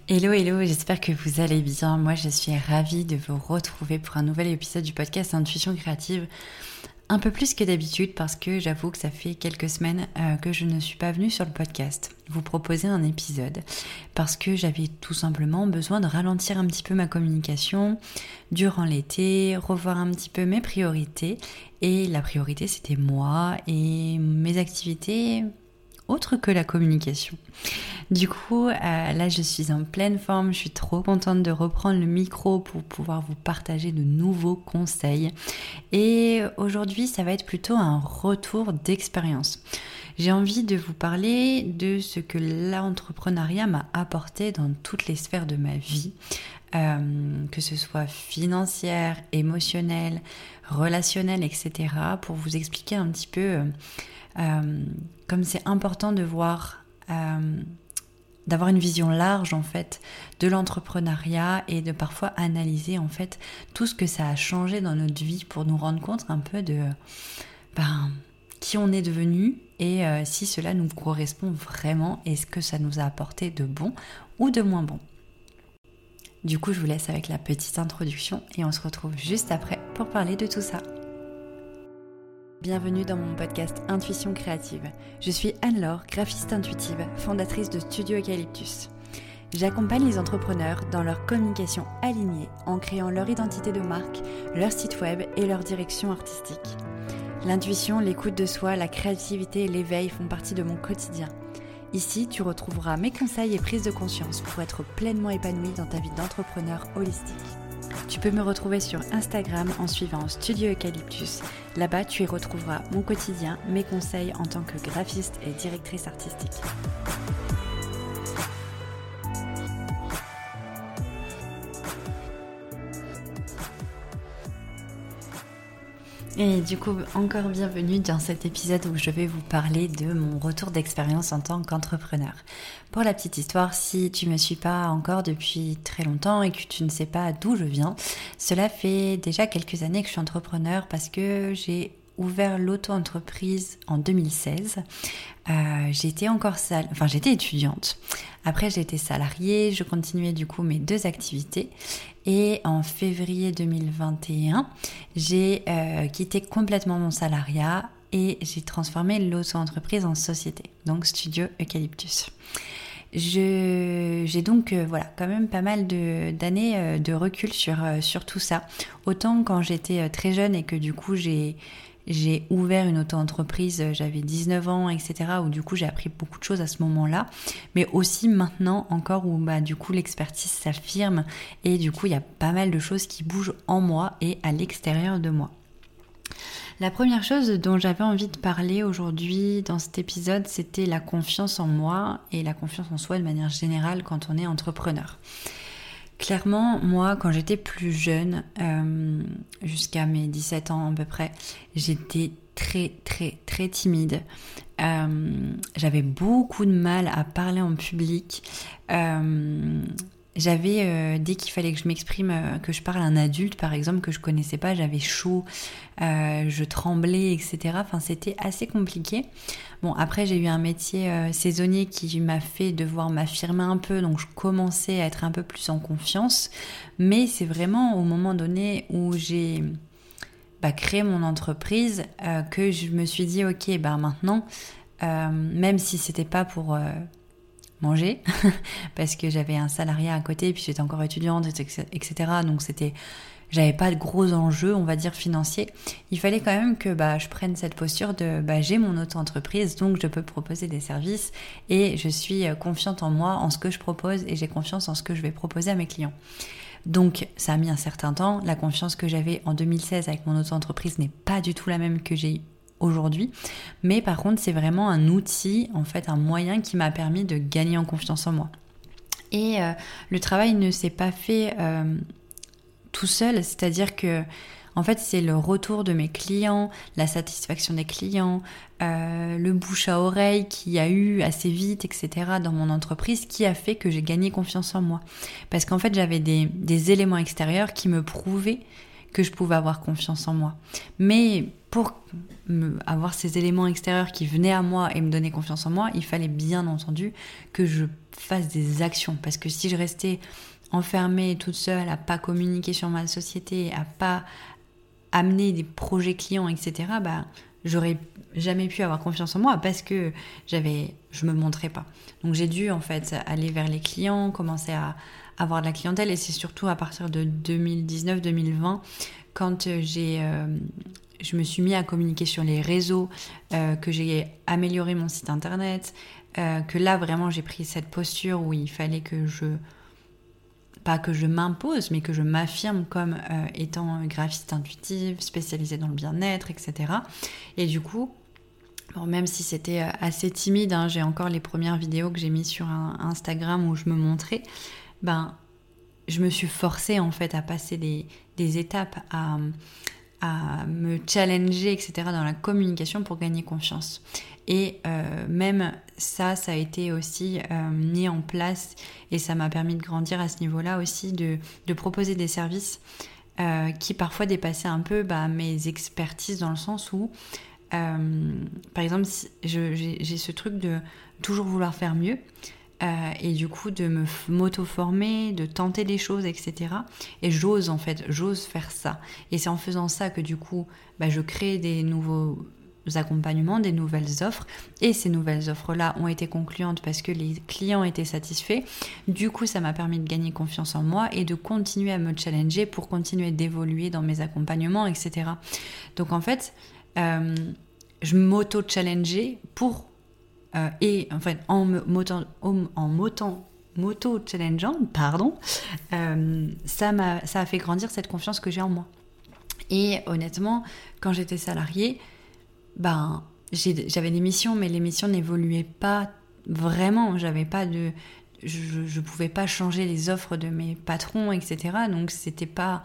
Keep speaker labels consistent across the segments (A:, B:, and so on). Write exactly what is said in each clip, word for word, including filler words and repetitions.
A: Hello, hello, j'espère que vous allez bien. Moi, je suis ravie de vous retrouver pour un nouvel épisode du podcast Intuition Créative. Un peu plus que d'habitude parce que j'avoue que ça fait quelques semaines euh, que je ne suis pas venue sur le podcast vous proposer un épisode parce que j'avais tout simplement besoin de ralentir un petit peu ma communication durant l'été, revoir un petit peu mes priorités. Et la priorité, c'était moi et mes activités autres que la communication. Du coup, euh, là, je suis en pleine forme. Je suis trop contente de reprendre le micro pour pouvoir vous partager de nouveaux conseils. Et aujourd'hui, ça va être plutôt un retour d'expérience. J'ai envie de vous parler de ce que l'entrepreneuriat m'a apporté dans toutes les sphères de ma vie, euh, que ce soit financière, émotionnelle, relationnelle, et cetera, pour vous expliquer un petit peu, euh, euh, comme c'est important de voir... Euh, d'avoir une vision large en fait de l'entrepreneuriat et de parfois analyser en fait tout ce que ça a changé dans notre vie pour nous rendre compte un peu de ben, qui on est devenu et euh, si cela nous correspond vraiment et ce que ça nous a apporté de bon ou de moins bon. Du coup, je vous laisse avec la petite introduction et on se retrouve juste après pour parler de tout ça. Bienvenue dans mon podcast Intuition Créative. Je suis Anne-Laure, graphiste intuitive, fondatrice de Studio Eucalyptus. J'accompagne les entrepreneurs dans leur communication alignée en créant leur identité de marque, leur site web et leur direction artistique. L'intuition, l'écoute de soi, la créativité et l'éveil font partie de mon quotidien. Ici, tu retrouveras mes conseils et prises de conscience pour être pleinement épanoui dans ta vie d'entrepreneur holistique. Tu peux me retrouver sur Instagram en suivant Studio Eucalyptus. Là-bas, tu y retrouveras mon quotidien, mes conseils en tant que graphiste et directrice artistique. Et du coup, encore bienvenue dans cet épisode où je vais vous parler de mon retour d'expérience en tant qu'entrepreneur. Pour la petite histoire, si tu ne me suis pas encore depuis très longtemps et que tu ne sais pas d'où je viens, cela fait déjà quelques années que je suis entrepreneur parce que j'ai ouvert l'auto-entreprise en deux mille seize. Euh, j'étais encore sal... enfin j'étais étudiante. Après j'ai été salariée, je continuais du coup mes deux activités et en février deux mille vingt et un, j'ai euh, quitté complètement mon salariat et j'ai transformé l'auto-entreprise en société, donc Studio Eucalyptus. Je, j'ai donc euh, voilà quand même pas mal de, d'années euh, de recul sur, euh, sur tout ça. Autant quand j'étais euh, très jeune et que du coup j'ai J'ai ouvert une auto-entreprise, j'avais dix-neuf ans, et cetera, où du coup j'ai appris beaucoup de choses à ce moment-là, mais aussi maintenant encore où bah, du coup l'expertise s'affirme et du coup il y a pas mal de choses qui bougent en moi et à l'extérieur de moi. La première chose dont j'avais envie de parler aujourd'hui dans cet épisode, c'était la confiance en moi et la confiance en soi de manière générale quand on est entrepreneur. Clairement, moi, quand j'étais plus jeune, euh, jusqu'à mes dix-sept ans à peu près, j'étais très, très, très timide. Euh, j'avais beaucoup de mal à parler en public. Euh, j'avais, euh, dès qu'il fallait que je m'exprime, euh, que je parle à un adulte, par exemple, que je connaissais pas, j'avais chaud, euh, je tremblais, et cetera. Enfin, c'était assez compliqué. Bon, après, j'ai eu un métier euh, saisonnier qui m'a fait devoir m'affirmer un peu, donc je commençais à être un peu plus en confiance. Mais c'est vraiment au moment donné où j'ai bah, créé mon entreprise euh, que je me suis dit, ok, bah maintenant, euh, même si c'était pas pour euh, manger, parce que j'avais un salariat à côté, puis j'étais encore étudiante, et cetera. Donc c'était... J'avais pas de gros enjeux, on va dire, financiers. Il fallait quand même que bah, je prenne cette posture de bah, j'ai mon auto-entreprise, donc je peux proposer des services et je suis confiante en moi, en ce que je propose et j'ai confiance en ce que je vais proposer à mes clients. Donc ça a mis un certain temps. La confiance que j'avais en deux mille seize avec mon auto-entreprise n'est pas du tout la même que j'ai aujourd'hui. Mais par contre, c'est vraiment un outil, en fait, un moyen qui m'a permis de gagner en confiance en moi. Et euh, le travail ne s'est pas fait... Euh, tout seul, c'est-à-dire que en fait c'est le retour de mes clients, la satisfaction des clients, euh, le bouche à oreille qu'il y a eu assez vite, et cetera dans mon entreprise qui a fait que j'ai gagné confiance en moi. Parce qu'en fait j'avais des, des éléments extérieurs qui me prouvaient que je pouvais avoir confiance en moi. Mais pour me, avoir ces éléments extérieurs qui venaient à moi et me donner confiance en moi, il fallait bien entendu que je fasse des actions. Parce que si je restais enfermée toute seule, à pas communiquer sur ma société, à pas amener des projets clients, et cetera, bah, j'aurais jamais pu avoir confiance en moi parce que j'avais, je me montrais pas. Donc j'ai dû en fait aller vers les clients, commencer à avoir de la clientèle, et c'est surtout à partir de deux mille dix-neuf deux mille vingt quand j'ai, euh, je me suis mis à communiquer sur les réseaux, euh, que j'ai amélioré mon site internet, euh, que là vraiment j'ai pris cette posture où il fallait que je pas que je m'impose, mais que je m'affirme comme euh, étant graphiste intuitive, spécialisée dans le bien-être, et cetera. Et du coup, bon, même si c'était assez timide, hein, j'ai encore les premières vidéos que j'ai mises sur un Instagram où je me montrais, ben, je me suis forcée en fait à passer des, des étapes, à, à me challenger, et cetera dans la communication pour gagner confiance. Et euh, même ça, ça a été aussi euh, mis en place et ça m'a permis de grandir à ce niveau-là aussi, de, de proposer des services euh, qui parfois dépassaient un peu bah, mes expertises dans le sens où, euh, par exemple, je, j'ai, j'ai ce truc de toujours vouloir faire mieux euh, et du coup de me m'auto-former, de tenter des choses, et cetera. Et j'ose en fait, j'ose faire ça. Et c'est en faisant ça que du coup, bah, je crée des nouveaux accompagnements, des nouvelles offres, et ces nouvelles offres-là ont été concluantes parce que les clients étaient satisfaits. Du coup, ça m'a permis de gagner confiance en moi et de continuer à me challenger pour continuer d'évoluer dans mes accompagnements, et cetera. Donc en fait, euh, je m'auto-challengeais pour euh, et en fait en me motant, en motant m'auto-challengeant, pardon, euh, ça m'a ça a fait grandir cette confiance que j'ai en moi. Et honnêtement, quand j'étais salariée, ben, j'ai, j'avais des missions, mais les missions n'évoluaient pas vraiment. J'avais pas de, je, je pouvais pas changer les offres de mes patrons, et cetera. Donc c'était pas,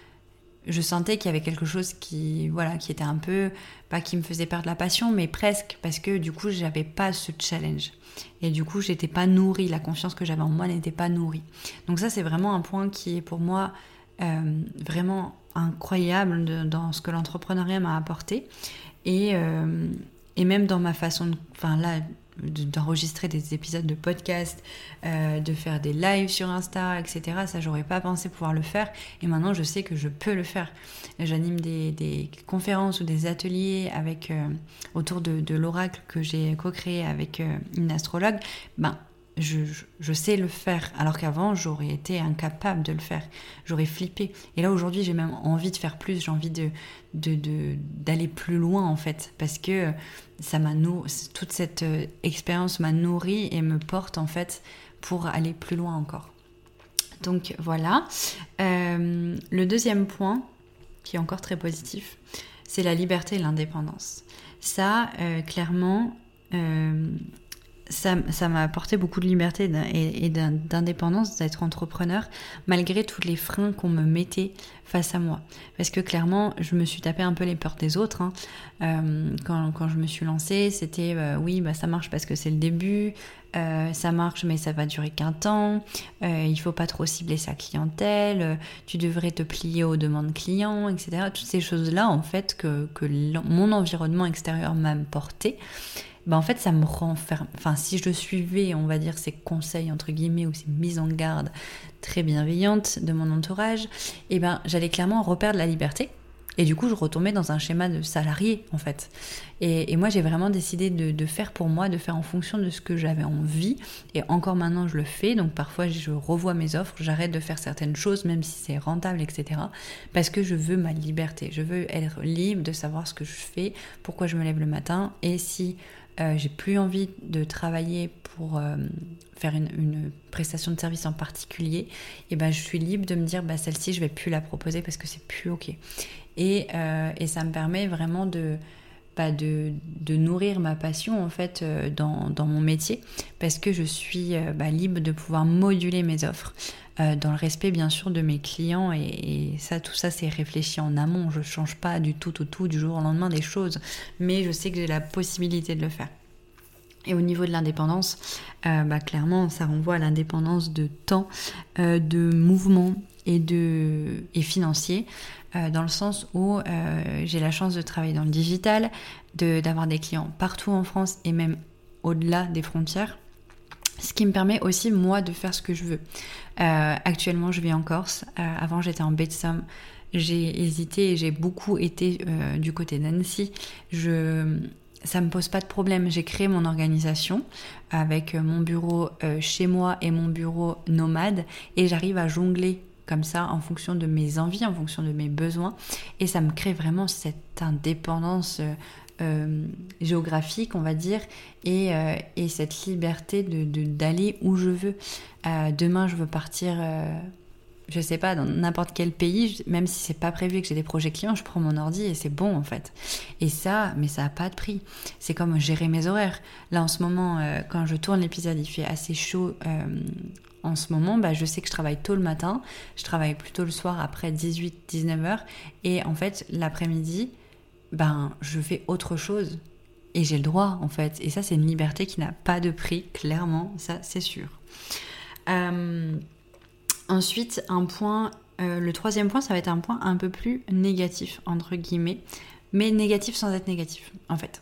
A: je sentais qu'il y avait quelque chose qui, voilà, qui était un peu, pas qui me faisait perdre la passion, mais presque, parce que du coup, j'avais pas ce challenge. Et du coup, j'étais pas nourrie. La confiance que j'avais en moi n'était pas nourrie. Donc ça, c'est vraiment un point qui est pour moi euh, vraiment incroyable de, dans ce que l'entrepreneuriat m'a apporté. Et, euh, et même dans ma façon, de, enfin là, de, d'enregistrer des épisodes de podcast, euh, de faire des lives sur Insta, et cetera. Ça, j'aurais pas pensé pouvoir le faire. Et maintenant, je sais que je peux le faire. J'anime des, des conférences ou des ateliers avec, euh, autour de, de l'oracle que j'ai co-créé avec euh, une astrologue. Ben, Je, je, je sais le faire, alors qu'avant j'aurais été incapable de le faire, j'aurais flippé. Et là aujourd'hui j'ai même envie de faire plus, j'ai envie de, de, de, d'aller plus loin en fait, parce que ça m'a nou- toute cette expérience m'a nourrie et me porte en fait pour aller plus loin encore. Donc voilà. Euh, le deuxième point, qui est encore très positif, c'est la liberté et l'indépendance. Ça, euh, clairement... Euh, Ça, ça m'a apporté beaucoup de liberté et d'indépendance d'être entrepreneur malgré tous les freins qu'on me mettait face à moi. Parce que clairement, je me suis tapé un peu les portes des autres. Hein. Euh, quand, quand je me suis lancée, c'était euh, oui, bah, ça marche parce que c'est le début, euh, ça marche mais ça va durer qu'un temps, euh, il faut pas trop cibler sa clientèle, euh, tu devrais te plier aux demandes clients, et cetera. Toutes ces choses-là, en fait, que, que mon environnement extérieur m'a porté. Ben en fait, ça me renferme. Enfin, si je suivais, on va dire, ces conseils, entre guillemets, ou ces mises en garde très bienveillantes de mon entourage, eh ben, j'allais clairement reperdre la liberté. Et du coup, je retombais dans un schéma de salarié, en fait. Et, et moi, j'ai vraiment décidé de, de faire pour moi, de faire en fonction de ce que j'avais envie. Et encore maintenant, je le fais. Donc, parfois, je revois mes offres, j'arrête de faire certaines choses, même si c'est rentable, et cetera. Parce que je veux ma liberté. Je veux être libre de savoir ce que je fais, pourquoi je me lève le matin. Et si euh, j'ai plus envie de travailler pour euh, faire une, une prestation de service en particulier, et ben, je suis libre de me dire, bah, celle-ci, je vais plus la proposer parce que c'est plus OK. Et, euh, et ça me permet vraiment de, bah de, de nourrir ma passion en fait euh, dans, dans mon métier, parce que je suis euh, bah, libre de pouvoir moduler mes offres euh, dans le respect bien sûr de mes clients, et, et ça, tout ça c'est réfléchi en amont. Je ne change pas du tout, tout, tout du jour au lendemain des choses, mais je sais que j'ai la possibilité de le faire. Et au niveau de l'indépendance, euh, bah, clairement, ça renvoie à l'indépendance de temps, euh, de mouvement et, de, et financier, euh, dans le sens où euh, j'ai la chance de travailler dans le digital, de, d'avoir des clients partout en France et même au-delà des frontières, ce qui me permet aussi, moi, de faire ce que je veux. Euh, actuellement, je vis en Corse. Euh, avant, j'étais en baie de Somme. J'ai hésité et j'ai beaucoup été euh, du côté d'Annecy. Je... Ça me pose pas de problème. J'ai créé mon organisation avec mon bureau euh, chez moi et mon bureau nomade et j'arrive à jongler comme ça en fonction de mes envies, en fonction de mes besoins et ça me crée vraiment cette indépendance euh, euh, géographique, on va dire, et, euh, et cette liberté de, de, d'aller où je veux. Euh, demain, je veux partir... Euh, je sais pas, dans n'importe quel pays, même si c'est pas prévu que j'ai des projets clients, je prends mon ordi et c'est bon en fait. Et ça, mais ça a pas de prix. C'est comme gérer mes horaires. Là en ce moment, euh, quand je tourne l'épisode, il fait assez chaud euh, en ce moment, bah, je sais que je travaille tôt le matin, je travaille plutôt le soir après dix-huit à dix-neuf heures et en fait l'après-midi, ben, je fais autre chose. Et j'ai le droit en fait. Et ça c'est une liberté qui n'a pas de prix, clairement, ça c'est sûr. Euh... Ensuite, un point, euh, le troisième point, ça va être un point un peu plus négatif, entre guillemets, mais négatif sans être négatif, en fait.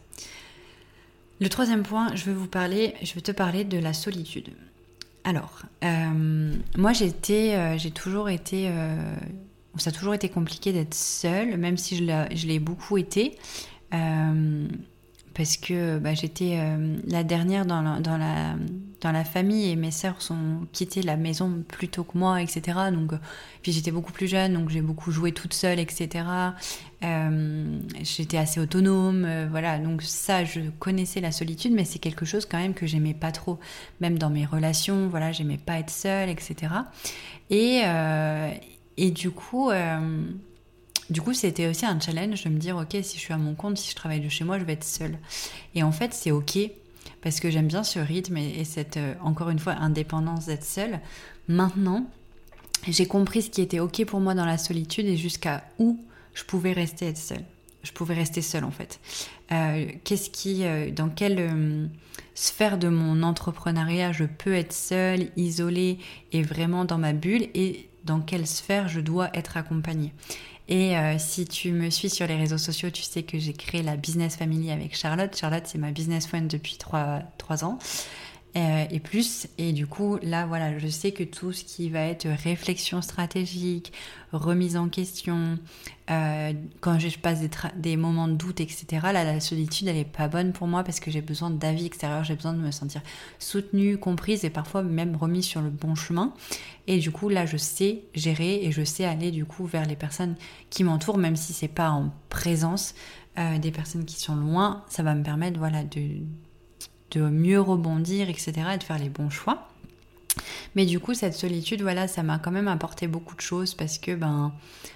A: Le troisième point, je vais vous parler, je vais te parler de la solitude. Alors, euh, moi, j'ai été, euh, j'ai toujours été, euh, ça a toujours été compliqué d'être seule, même si je l'ai, je l'ai beaucoup été. Euh, parce que bah, j'étais euh, la dernière dans la, dans, la, dans la famille et mes sœurs sont quitté la maison plus tôt que moi, et cetera. Donc, puis j'étais beaucoup plus jeune, donc j'ai beaucoup joué toute seule, et cetera. Euh, j'étais assez autonome, euh, voilà. Donc ça, je connaissais la solitude, mais c'est quelque chose quand même que j'aimais pas trop. Même dans mes relations, voilà, j'aimais pas être seule, et cetera. Et, euh, et du coup... Euh, Du coup, c'était aussi un challenge de me dire, ok, si je suis à mon compte, si je travaille de chez moi, je vais être seule. Et en fait, c'est ok, parce que j'aime bien ce rythme et, et cette, euh, encore une fois, indépendance d'être seule. Maintenant, j'ai compris ce qui était ok pour moi dans la solitude et jusqu'à où je pouvais rester être seule. Je pouvais rester seule, en fait. Euh, qu'est-ce qui, euh, dans quelle euh, sphère de mon entrepreneuriat je peux être seule, isolée et vraiment dans ma bulle, et dans quelle sphère je dois être accompagnée. Et euh, si tu me suis sur les réseaux sociaux, tu sais que j'ai créé la Business Family avec Charlotte. Charlotte, c'est ma business friend depuis trois ans euh, et plus. Et du coup, là, voilà, je sais que tout ce qui va être réflexion stratégique, remise en question, euh, quand je passe des, tra- des moments de doute, et cetera, là, la solitude, elle est pas bonne pour moi parce que j'ai besoin d'avis extérieurs, j'ai besoin de me sentir soutenue, comprise et parfois même remise sur le bon chemin. Et du coup, là, je sais gérer et je sais aller du coup vers les personnes qui m'entourent, même si c'est pas en présence euh, des personnes qui sont loin. Ça va me permettre, voilà, de, de mieux rebondir, et cetera, et de faire les bons choix. Mais du coup, cette solitude, voilà, ça m'a quand même apporté beaucoup de choses parce que ben,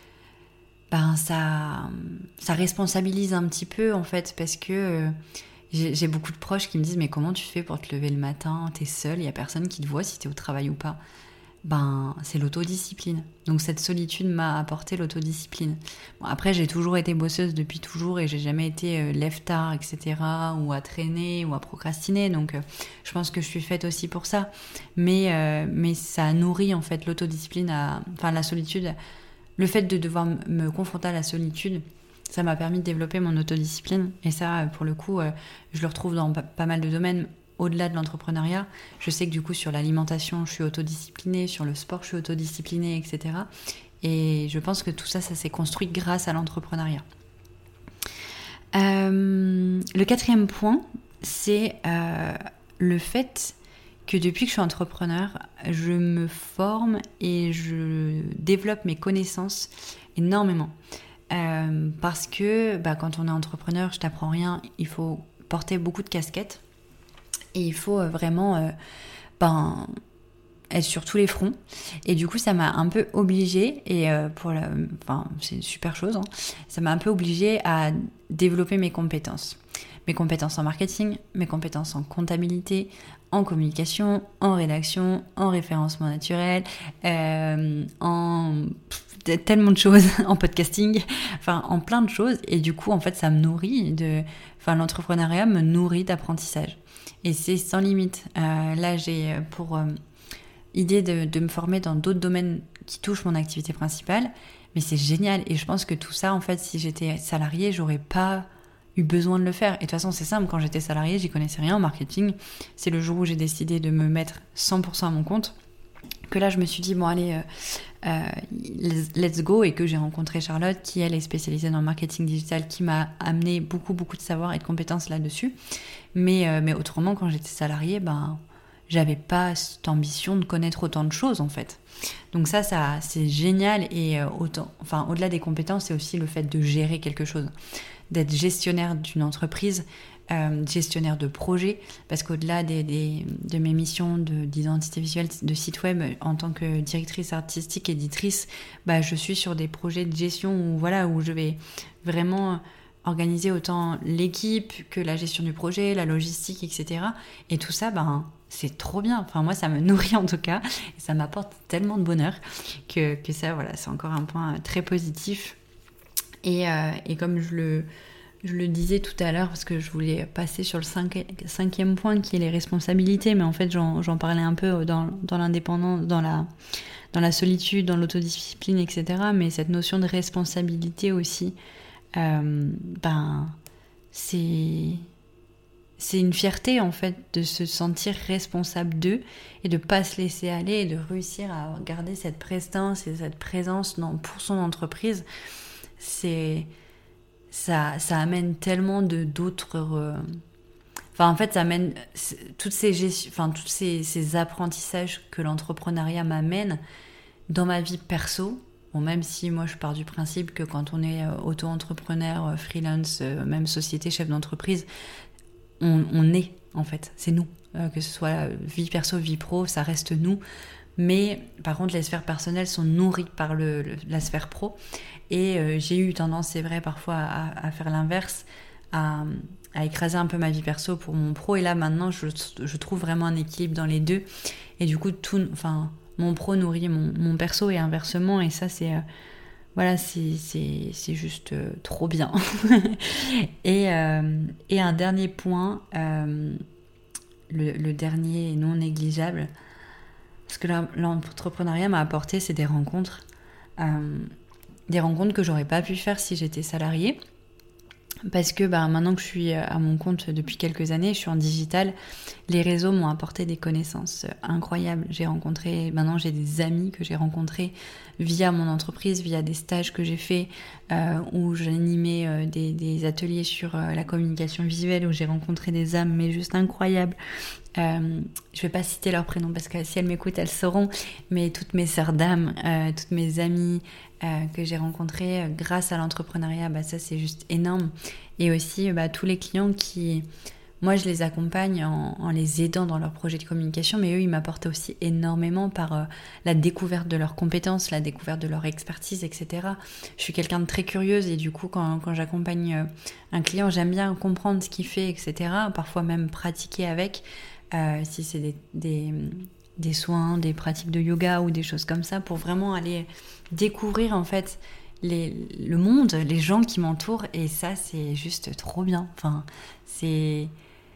A: ben ça, ça responsabilise un petit peu en fait, parce que euh, j'ai, j'ai beaucoup de proches qui me disent mais comment tu fais pour te lever le matin, t'es seule, il y a personne qui te voit si t'es au travail ou pas. Ben, c'est l'autodiscipline. Donc cette solitude m'a apporté l'autodiscipline. Bon, après, j'ai toujours été bosseuse depuis toujours et j'ai jamais été euh, lève-tard, et cetera, ou à traîner, ou à procrastiner. Donc euh, je pense que je suis faite aussi pour ça. Mais, euh, mais ça nourrit en fait l'autodiscipline, à... enfin la solitude. Le fait de devoir m- me confronter à la solitude, ça m'a permis de développer mon autodiscipline. Et ça, pour le coup, euh, je le retrouve dans pa- pas mal de domaines. Au-delà de l'entrepreneuriat, je sais que du coup sur l'alimentation, je suis autodisciplinée, sur le sport, je suis autodisciplinée, et cetera. Et je pense que tout ça, ça s'est construit grâce à l'entrepreneuriat. Euh, le quatrième point, c'est euh, le fait que depuis que je suis entrepreneur, je me forme et je développe mes connaissances énormément. Euh, parce que bah, quand on est entrepreneur, je t'apprends rien, il faut porter beaucoup de casquettes. Et il faut vraiment euh, ben, être sur tous les fronts. Et du coup, ça m'a un peu obligée, et euh, pour la, enfin, c'est une super chose, hein, ça m'a un peu obligée à développer mes compétences. Mes compétences en marketing, mes compétences en comptabilité, en communication, en rédaction, en référencement naturel, euh, en tellement de choses en podcasting, enfin en plein de choses. Et du coup, en fait, ça me nourrit de... Enfin, l'entrepreneuriat me nourrit d'apprentissage. Et c'est sans limite. Euh, là, j'ai pour euh, idée de, de me former dans d'autres domaines qui touchent mon activité principale. Mais c'est génial. Et je pense que tout ça, en fait, si j'étais salariée, j'aurais pas eu besoin de le faire. Et de toute façon, c'est simple. Quand j'étais salariée, j'y connaissais rien en marketing. C'est le jour où j'ai décidé de me mettre cent pour cent à mon compte que là, je me suis dit, bon, allez, euh, euh, let's go. Et que j'ai rencontré Charlotte, qui, elle, est spécialisée dans le marketing digital, qui m'a amené beaucoup, beaucoup de savoir et de compétences là-dessus. Mais, euh, mais autrement, quand j'étais salariée, ben, j'avais pas cette ambition de connaître autant de choses, en fait. Donc ça, ça c'est génial. Et euh, autant, enfin, au-delà des compétences, c'est aussi le fait de gérer quelque chose, d'être gestionnaire d'une entreprise, euh, gestionnaire de projet, parce qu'au-delà des, des, de mes missions de, d'identité visuelle, de site web, en tant que directrice artistique, éditrice, bah, je suis sur des projets de gestion où, voilà, où je vais vraiment organiser autant l'équipe que la gestion du projet, la logistique, et cetera. Et tout ça, ben, c'est trop bien. Enfin, moi, ça me nourrit en tout cas, et ça m'apporte tellement de bonheur que, que ça, voilà, c'est encore un point très positif. Et, euh, et comme je le, je le disais tout à l'heure, parce que je voulais passer sur le cinqui- cinquième point qui est les responsabilités, mais en fait j'en, j'en parlais un peu dans, dans l'indépendance, dans la, dans la solitude, dans l'autodiscipline, et cetera. Mais cette notion de responsabilité aussi, euh, ben, c'est, c'est une fierté en fait de se sentir responsable d'eux et de pas se laisser aller et de réussir à garder cette prestance et cette présence dans, pour son entreprise. C'est ça, ça amène tellement de d'autres euh... enfin en fait ça amène toutes ces gestion... enfin tous ces, ces apprentissages que l'entrepreneuriat m'amène dans ma vie perso. Bon, même si moi je pars du principe que quand on est auto-entrepreneur, freelance, même société, chef d'entreprise, on, on est en fait, c'est nous, euh, que ce soit vie perso, vie pro, ça reste nous. Mais par contre, les sphères personnelles sont nourries par le, le, la sphère pro. Et euh, j'ai eu tendance, c'est vrai, parfois à, à faire l'inverse, à, à écraser un peu ma vie perso pour mon pro. Et là, maintenant, je, je trouve vraiment un équilibre dans les deux. Et du coup, tout, enfin, mon pro nourrit mon, mon perso et inversement. Et ça, c'est, euh, voilà, c'est, c'est, c'est juste euh, trop bien. et, euh, et un dernier point, euh, le, le dernier non négligeable, ce que l'entrepreneuriat m'a apporté, c'est des rencontres. Euh, des rencontres que j'aurais pas pu faire si j'étais salariée. Parce que bah, maintenant que je suis à mon compte depuis quelques années, je suis en digital, les réseaux m'ont apporté des connaissances incroyables. J'ai rencontré, maintenant j'ai des amis que j'ai rencontrés via mon entreprise, via des stages que j'ai faits, euh, où j'animais euh, des, des ateliers sur euh, la communication visuelle, où j'ai rencontré des âmes, mais juste incroyables. Euh, je vais pas citer leurs prénoms parce que si elles m'écoutent, elles sauront, mais toutes mes sœurs d'âme, euh, toutes mes amies euh, que j'ai rencontrées euh, grâce à l'entrepreneuriat, bah, ça c'est juste énorme. Et aussi bah, tous les clients qui, moi je les accompagne en, en les aidant dans leurs projets de communication, mais eux ils m'apportent aussi énormément par euh, la découverte de leurs compétences, la découverte de leur expertise, et cetera. Je suis quelqu'un de très curieuse et du coup quand, quand j'accompagne euh, un client, j'aime bien comprendre ce qu'il fait, et cetera. Parfois même pratiquer avec. Euh, si c'est des, des, des soins, des pratiques de yoga ou des choses comme ça, pour vraiment aller découvrir en fait les, le monde, les gens qui m'entourent, et ça c'est juste trop bien. Enfin, c'est...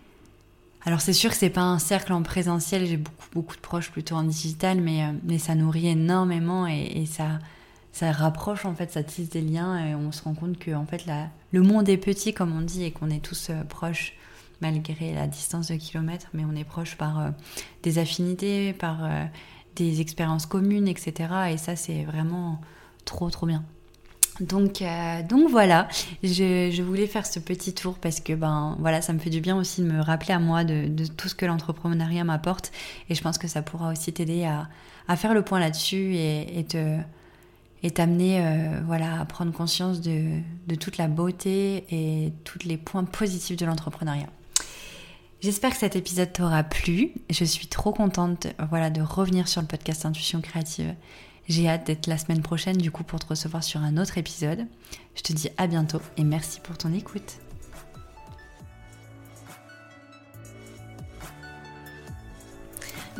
A: Alors c'est sûr que c'est pas un cercle en présentiel, j'ai beaucoup beaucoup de proches plutôt en digital, mais, euh, mais ça nourrit énormément et, et ça, ça rapproche en fait, ça tisse des liens et on se rend compte que en fait la, le monde est petit comme on dit et qu'on est tous euh, proches malgré la distance de kilomètres, mais on est proche par euh, des affinités, par euh, des expériences communes, et cetera. Et ça, c'est vraiment trop, trop bien. Donc, euh, donc voilà, je, je voulais faire ce petit tour parce que ben, voilà, ça me fait du bien aussi de me rappeler à moi de, de tout ce que l'entrepreneuriat m'apporte. Et je pense que ça pourra aussi t'aider à, à faire le point là-dessus et, et te... et t'amener euh, voilà, à prendre conscience de, de toute la beauté et tous les points positifs de l'entrepreneuriat. J'espère que cet épisode t'aura plu. Je suis trop contente voilà, de revenir sur le podcast Intuition Créative. J'ai hâte d'être la semaine prochaine du coup pour te recevoir sur un autre épisode. Je te dis à bientôt et merci pour ton écoute.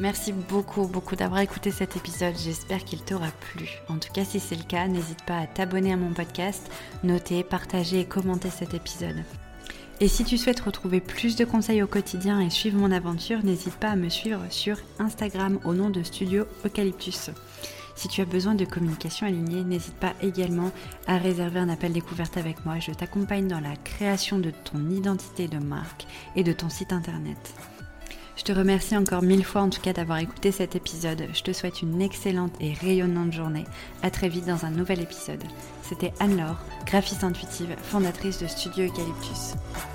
A: Merci beaucoup, beaucoup d'avoir écouté cet épisode. J'espère qu'il t'aura plu. En tout cas, si c'est le cas, n'hésite pas à t'abonner à mon podcast, noter, partager et commenter cet épisode. Et si tu souhaites retrouver plus de conseils au quotidien et suivre mon aventure, n'hésite pas à me suivre sur Instagram au nom de Studio Eucalyptus. Si tu as besoin de communication alignée, n'hésite pas également à réserver un appel découverte avec moi. Je t'accompagne dans la création de ton identité de marque et de ton site internet. Je te remercie encore mille fois en tout cas d'avoir écouté cet épisode. Je te souhaite une excellente et rayonnante journée. À très vite dans un nouvel épisode. C'était Anne-Laure, graphiste intuitive, fondatrice de Studio Eucalyptus.